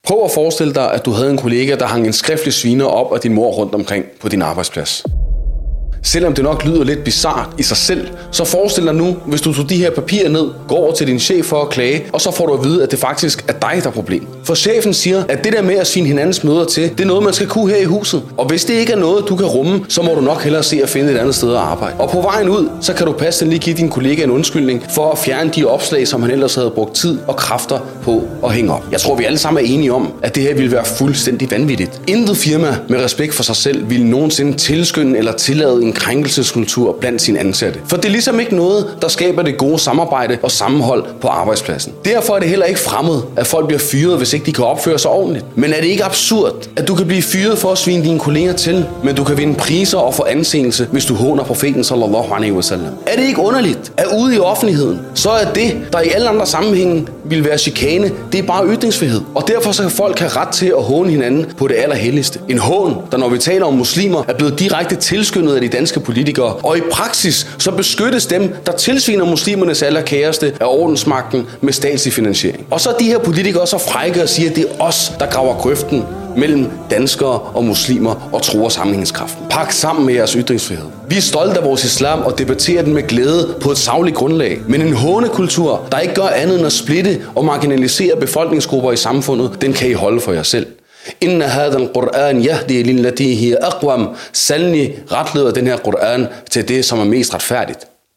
Prøv at forestille dig, at du havde en kollega, der hang en skriftlig sviner op af din mor rundt omkring på din arbejdsplads. Selvom det nok lyder lidt bizart i sig selv, så forestil dig nu, hvis du tog de her papirer ned, går over til din chef for at klage, og så får du at vide, at det faktisk er dig, der er problem. For chefen siger, at det der med at svine hinandens møder til, det er noget, man skal kunne her i huset. Og hvis det ikke er noget, du kan rumme, så må du nok hellere se at finde et andet sted at arbejde. Og på vejen ud, så kan du passende lige give din kollega en undskyldning for at fjerne de opslag, som han ellers havde brugt tid og kræfter på at hænge op. Jeg tror, vi alle sammen er enige om, at det her ville være fuldstændig vanvittigt. Intet firma med respekt for sig selv ville nogensinde tilskynde eller tillade en krænkelseskultur blandt sine ansatte. For det er ligesom ikke noget, der skaber det gode samarbejde og sammenhold på arbejdspladsen. Derfor er det heller ikke fremmed, at folk bliver fyret, hvis ikke de kan opføre sig ordentligt. Men er det ikke absurd, at du kan blive fyret for at svine dine kolleger til, men du kan vinde priser og få anseelse, hvis du håner profeten sallallahu alaihi wasallam? Er det ikke underligt, at ude i offentligheden, så er det, der i alle andre sammenhænge vil være chikane, det er bare ytringsfrihed. Og derfor så kan folk have ret til at håne hinanden på det allerhelligste. En hån, der når vi taler om muslimer, er blevet direkte tilskyndet af de danske politikere, og i praksis så beskyttes dem, der tilsviner muslimernes allerkæreste af ordensmagten med statslig finansiering. Og så er de her politikere så frække og siger, at det er os, der graver grøften mellem danskere og muslimer og truer sammenhængskraften. Pak sammen med jeres ytringsfrihed. Vi er stolte af vores islam og debatterer den med glæde på et sagligt grundlag. Men en hånekultur, der ikke gør andet end at splitte og marginalisere befolkningsgrupper i samfundet, den kan I holde for jer selv. Inna hadha al-Qur'an yahdi lillati hiya aqwam. Sandelig retleder den her Qur'an til det, som er mest retfærdigt.